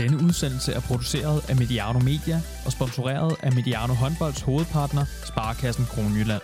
Denne udsendelse er produceret af Mediano Media og sponsoreret af Mediano Håndbolds hovedpartner, Sparekassen Kronjylland.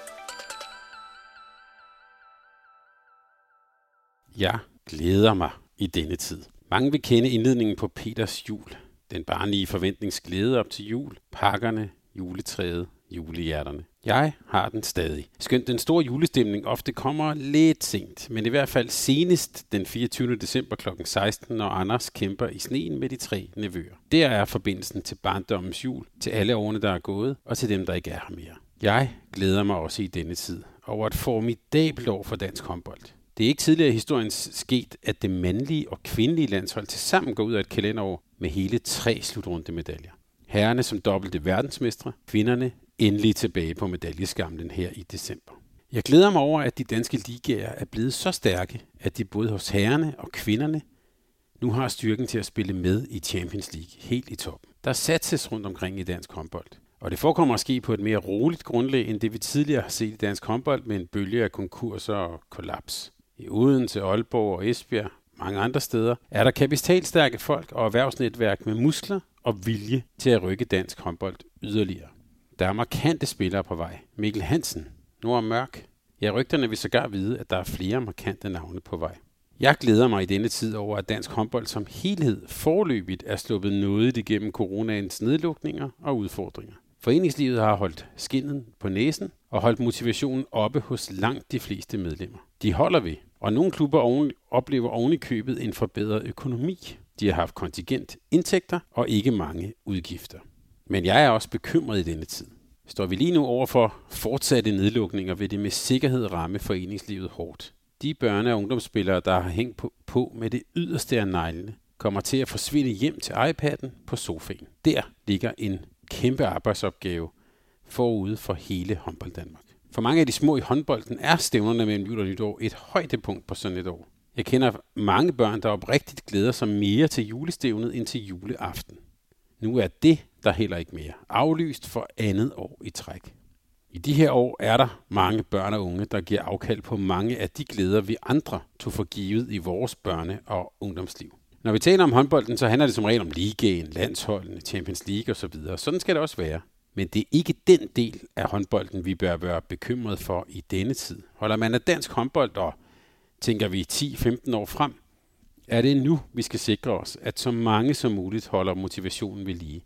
Jeg glæder mig i denne tid. Mange vil kende indledningen på Peters jul. Den barnlige forventningsglæde op til jul, pakkerne, juletræet, julehjerterne. Jeg har den stadig. Skønt den store julestemning ofte kommer lidt sent, men i hvert fald senest den 24. december kl. 16, når Anders kæmper i sneen med de 3 nevøer. Der er forbindelsen til barndommens jul, til alle årene, der er gået, og til dem, der ikke er her mere. Jeg glæder mig også i denne tid over et formidabelt år for dansk håndbold. Det er ikke tidligere i historien sket, at det mandlige og kvindelige landshold tilsammen går ud af et kalenderår med hele 3 slutrundemedaljer. Herrerne som dobbelte verdensmestre, kvinderne endelig tilbage på medaljeskamlen her i december. Jeg glæder mig over, at de danske ligaer er blevet så stærke, at de både hos herrerne og kvinderne nu har styrken til at spille med i Champions League helt i toppen. Der satses rundt omkring i dansk håndbold. Og det forekommer at ske på et mere roligt grundlag, end det vi tidligere har set i dansk håndbold med en bølge af konkurser og kollaps. I Odense, Aalborg og Esbjerg, mange andre steder, er der kapitalstærke folk og erhvervsnetværk med muskler og vilje til at rykke dansk håndbold yderligere. Der er markante spillere på vej. Mikkel Hansen, Nora Mørk. Ja, rygterne vil sågar vide, at der er flere markante navne på vej. Jeg glæder mig i denne tid over, at dansk håndbold som helhed foreløbigt er sluppet noget igennem coronaens nedlukninger og udfordringer. Foreningslivet har holdt skindet på næsen og holdt motivationen oppe hos langt de fleste medlemmer. De holder ved, og nogle klubber oplever oven i købet en forbedret økonomi. De har haft kontingent indtægter og ikke mange udgifter. Men jeg er også bekymret i denne tid. Står vi lige nu over for fortsatte nedlukninger, vil det med sikkerhed ramme foreningslivet hårdt. De børne- og ungdomsspillere, der har hængt på med det yderste af neglene, kommer til at forsvinde hjem til iPad'en på sofaen. Der ligger en kæmpe arbejdsopgave forude for hele håndbold Danmark. For mange af de små i håndbolden er stævnerne mellem jul og nytår et højdepunkt på sådan et år. Jeg kender mange børn, der oprigtigt glæder sig mere til julestævnet end til juleaften. Nu er det der heller ikke mere. Aflyst for andet år i træk. I de her år er der mange børn og unge, der giver afkald på mange af de glæder, vi andre tog for givet i vores børne- og ungdomsliv. Når vi taler om håndbolden, så handler det som regel om ligaen, landsholdene, Champions League osv. Sådan skal det også være. Men det er ikke den del af håndbolden, vi bør være bekymret for i denne tid. Holder man af dansk håndbold, og tænker vi 10-15 år frem, er det nu, vi skal sikre os, at så mange som muligt holder motivationen ved lige.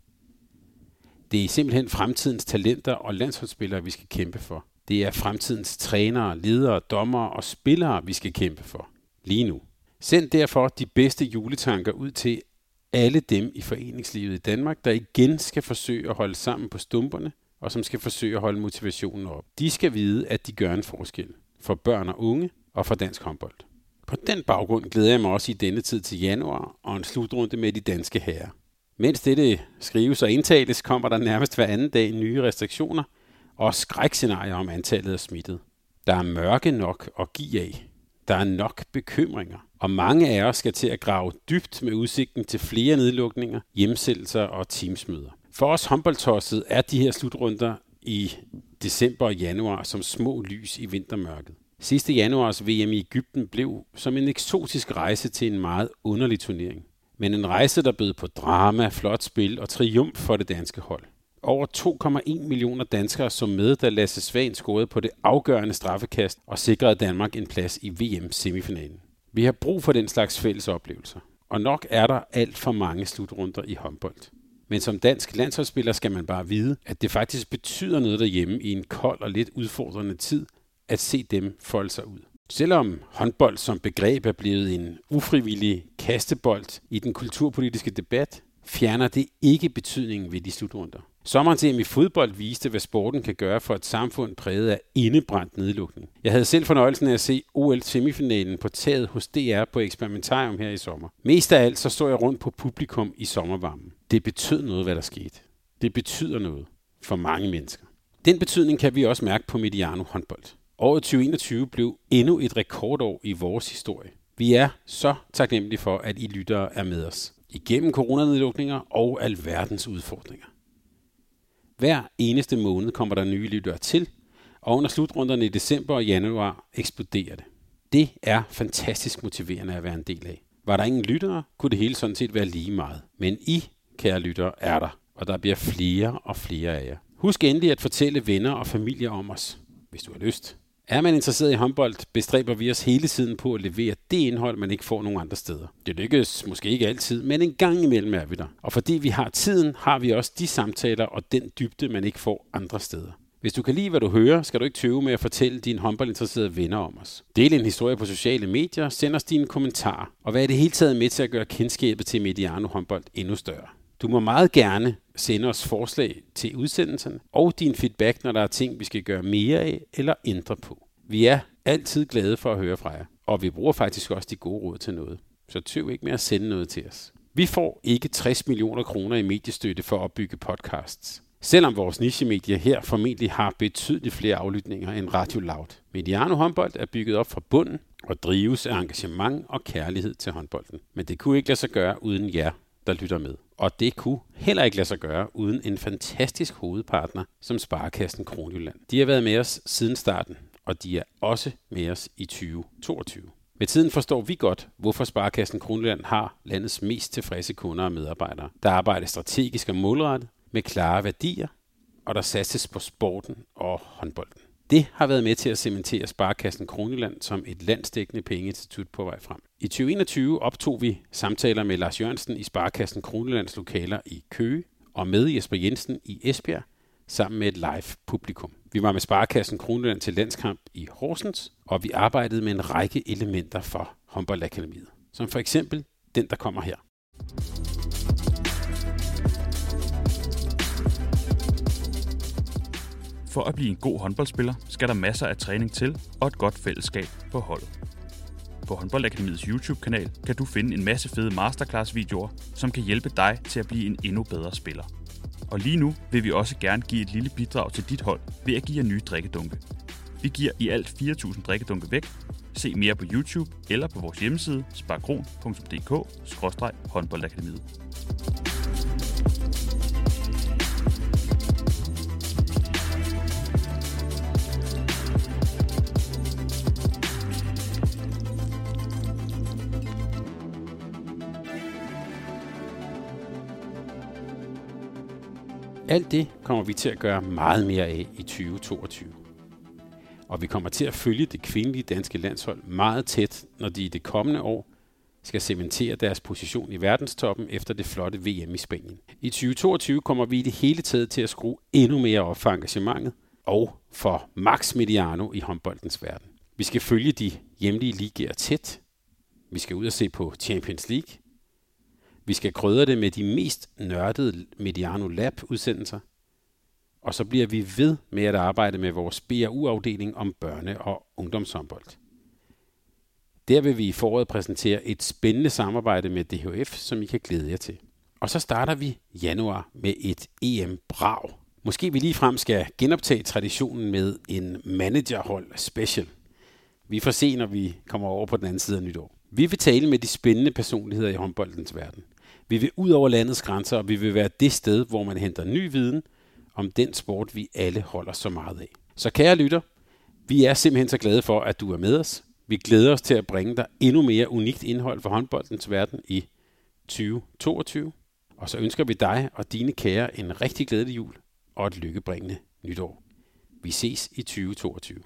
Det er simpelthen fremtidens talenter og landsholdsspillere, vi skal kæmpe for. Det er fremtidens trænere, ledere, dommere og spillere, vi skal kæmpe for. Lige nu. Send derfor de bedste juletanker ud til alle dem i foreningslivet i Danmark, der igen skal forsøge at holde sammen på stumperne, og som skal forsøge at holde motivationen op. De skal vide, at de gør en forskel for børn og unge og for dansk håndbold. På den baggrund glæder jeg mig også i denne tid til januar og en slutrunde med de danske herrer. Mens dette skrives og indtales, kommer der nærmest hver anden dag nye restriktioner og skrækscenarier om antallet af smittede. Der er mørke nok at give af. Der er nok bekymringer, og mange af os skal til at grave dybt med udsigten til flere nedlukninger, hjemsendelser og teamsmøder. For os håndboldtosset er de her slutrunder i december og januar som små lys i vintermørket. Sidste januars VM i Egypten blev som en eksotisk rejse til en meget underlig turnering. Men en rejse, der bød på drama, flot spil og triumf for det danske hold. Over 2,1 millioner danskere som med, da Lasse Svahn scorede på det afgørende straffekast og sikrede Danmark en plads i VM-semifinalen. Vi har brug for den slags fælles oplevelser, og nok er der alt for mange slutrunder i håndbold. Men som dansk landsholdsspiller skal man bare vide, at det faktisk betyder noget derhjemme i en kold og lidt udfordrende tid, at se dem folde sig ud. Selvom håndbold som begreb er blevet en ufrivillig kastebold i den kulturpolitiske debat, fjerner det ikke betydningen ved de slutrunder. Sommerens EM i fodbold viste, hvad sporten kan gøre for et samfund præget af indebrændt nedlukning. Jeg havde selv fornøjelsen af at se OL-semifinalen på taget hos DR på Experimentarium her i sommer. Mest af alt så stod jeg rundt på publikum i sommervarmen. Det betød noget, hvad der skete. Det betyder noget for mange mennesker. Den betydning kan vi også mærke på Mediano håndbold. Året 2021 blev endnu et rekordår i vores historie. Vi er så taknemmelige for, at I lyttere er med os. Igennem coronanedlukninger og alverdens udfordringer. Hver eneste måned kommer der nye lyttere til, og under slutrunderne i december og januar eksploderer det. Det er fantastisk motiverende at være en del af. Var der ingen lyttere, kunne det hele sådan set være lige meget. Men I, kære lyttere, er der, og der bliver flere og flere af jer. Husk endelig at fortælle venner og familie om os, hvis du har lyst. Er man interesseret i håndbold, bestræber vi os hele tiden på at levere det indhold, man ikke får nogen andre steder. Det lykkes måske ikke altid, men en gang imellem er vi der. Og fordi vi har tiden, har vi også de samtaler og den dybde, man ikke får andre steder. Hvis du kan lide, hvad du hører, skal du ikke tøve med at fortælle dine håndboldinteresserede venner om os. Del en historie på sociale medier, send os dine kommentarer, og vær i det hele taget med til at gøre kendskabet til Mediano Håndbold endnu større. Du må meget gerne sende os forslag til udsendelserne og din feedback, når der er ting, vi skal gøre mere af eller ændre på. Vi er altid glade for at høre fra jer, og vi bruger faktisk også de gode råd til noget. Så tøv ikke med at sende noget til os. Vi får ikke 60 millioner kroner i mediestøtte for at opbygge podcasts. Selvom vores nichemedier her formentlig har betydeligt flere aflytninger end Radio Loud. Mediano Håndbold er bygget op fra bunden og drives af engagement og kærlighed til håndbolden. Men det kunne ikke lade sig gøre uden jer, der lytter med. Og det kunne heller ikke lade sig gøre uden en fantastisk hovedpartner som Sparekassen Kronjylland. De har været med os siden starten, og de er også med os i 2022. Med tiden forstår vi godt, hvorfor Sparekassen Kronjylland har landets mest tilfredse kunder og medarbejdere, der arbejder strategisk og målrettet med klare værdier, og der satses på sporten og håndbolden. Det har været med til at cementere Sparekassen Kronjylland som et landsdækkende pengeinstitut på vej frem. I 2021 optog vi samtaler med Lars Jørgensen i Sparekassen Kronjyllands lokaler i Køge og med Jesper Jensen i Esbjerg sammen med et live publikum. Vi var med Sparekassen Kronjylland til landskamp i Horsens, og vi arbejdede med en række elementer for håndboldakademiet, som for eksempel den, der kommer her. For at blive en god håndboldspiller, skal der masser af træning til og et godt fællesskab på holdet. På Håndboldakademiets YouTube-kanal kan du finde en masse fede masterclass-videoer, som kan hjælpe dig til at blive en endnu bedre spiller. Og lige nu vil vi også gerne give et lille bidrag til dit hold ved at give jer nye drikkedunke. Vi giver i alt 4.000 drikkedunke væk. Se mere på YouTube eller på vores hjemmeside sparkron.dk/håndboldakademiet. Alt det kommer vi til at gøre meget mere af i 2022. Og vi kommer til at følge det kvindelige danske landshold meget tæt, når de i det kommende år skal cementere deres position i verdenstoppen efter det flotte VM i Spanien. I 2022 kommer vi i det hele taget til at skrue endnu mere op for engagementet og for Max Mediano i håndboldens verden. Vi skal følge de hjemlige ligaer tæt. Vi skal ud og se på Champions League. Vi skal krydre det med de mest nørdede Mediano Lab-udsendelser. Og så bliver vi ved med at arbejde med vores BRU-afdeling om børne- og ungdomshåndbold. Der vil vi i foråret præsentere et spændende samarbejde med DHF, som I kan glæde jer til. Og så starter vi januar med et EM-brag. Måske vi ligefrem skal genoptage traditionen med en managerhold special. Vi får se, når vi kommer over på den anden side af nytår. Vi vil tale med de spændende personligheder i håndboldens verden. Vi vil ud over landets grænser, og vi vil være det sted, hvor man henter ny viden om den sport, vi alle holder så meget af. Så kære lytter, vi er simpelthen så glade for, at du er med os. Vi glæder os til at bringe dig endnu mere unikt indhold for håndboldens verden i 2022. Og så ønsker vi dig og dine kære en rigtig glædelig jul og et lykkebringende nytår. Vi ses i 2022.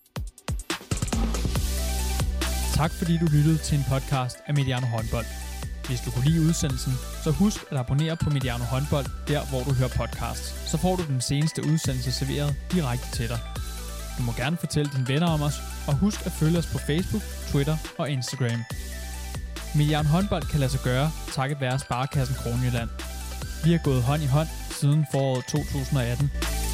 Tak fordi du lyttede til en podcast af Mediano Håndbold. Hvis du kunne lide udsendelsen, så husk at abonnere på Mediano Håndbold, der hvor du hører podcasts. Så får du den seneste udsendelse serveret direkte til dig. Du må gerne fortælle dine venner om os, og husk at følge os på Facebook, Twitter og Instagram. Mediano Håndbold kan lade sig gøre, takket være Sparekassen Kronjylland. Vi har gået hånd i hånd siden foråret 2018.